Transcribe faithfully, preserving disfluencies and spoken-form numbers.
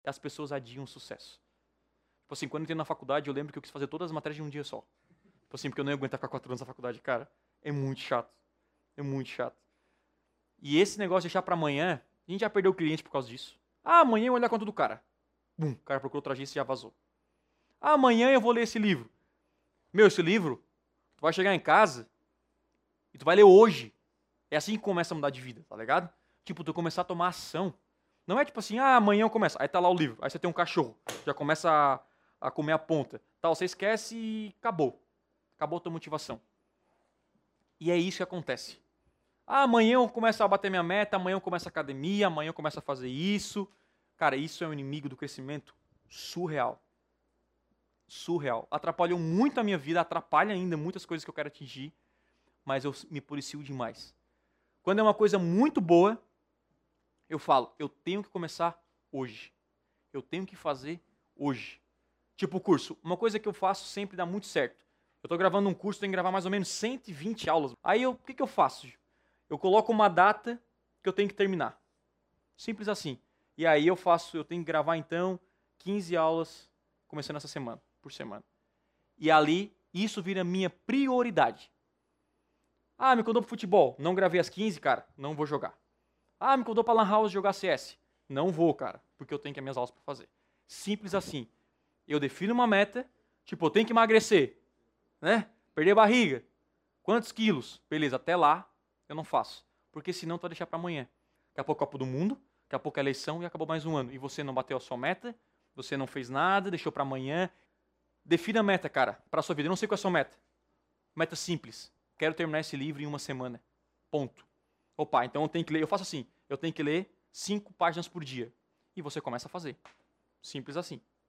as pessoas adiam o sucesso. Tipo assim, quando eu entrei na faculdade, eu lembro que eu quis fazer todas as matérias de um dia só. Tipo assim, porque eu não ia aguentar ficar quatro anos na faculdade. Cara, é muito chato. É muito chato. E esse negócio de deixar pra amanhã, a gente já perdeu o cliente por causa disso. Ah, amanhã eu vou olhar a conta do cara. Bum, o cara procurou outra agência e já vazou. Ah, amanhã eu vou ler esse livro. Meu, esse livro, tu vai chegar em casa e tu vai ler hoje. É assim que começa a mudar de vida, tá ligado? Tipo, tu começar a tomar ação. Não é tipo assim, ah, amanhã eu começo. Aí tá lá o livro. Aí você tem um cachorro. Já começa a, a comer a ponta. Tal, você esquece e acabou. Acabou a tua motivação. E é isso que acontece. Ah, amanhã eu começo a bater minha meta, amanhã eu começo a academia, amanhã eu começo a fazer isso. Cara, isso é um inimigo do crescimento surreal. Surreal. Atrapalhou muito a minha vida, atrapalha ainda muitas coisas que eu quero atingir, mas eu me policio demais. Quando é uma coisa muito boa, eu falo, eu tenho que começar hoje. Eu tenho que fazer hoje. Tipo o curso. Uma coisa que eu faço sempre dá muito certo. Eu tô gravando um curso, tenho que gravar mais ou menos cento e vinte aulas. Aí eu, o que, que eu faço? Eu coloco uma data que eu tenho que terminar. Simples assim. E aí eu faço, eu tenho que gravar então quinze aulas começando essa semana, por semana. E ali, isso vira minha prioridade. Ah, me convidou pro futebol. Não gravei as quinze, cara. Não vou jogar. Ah, me convidou pra Lan House jogar C S. Não vou, cara. Porque eu tenho que as minhas aulas pra fazer. Simples assim. Eu defino uma meta. Tipo, eu tenho que emagrecer. Né? Perder barriga. Quantos quilos? Beleza, até lá eu não faço. Porque senão tu vai deixar pra amanhã. Daqui a pouco é Copa do Mundo. Daqui a pouco é eleição e acabou mais um ano. E você não bateu a sua meta. Você não fez nada. Deixou pra amanhã. Defina a meta, cara. Pra sua vida. Eu não sei qual é a sua meta. Meta simples. Quero terminar esse livro em uma semana. Ponto. Opa, então eu tenho que ler. Eu faço assim. Eu tenho que ler cinco páginas por dia. E você começa a fazer. Simples assim.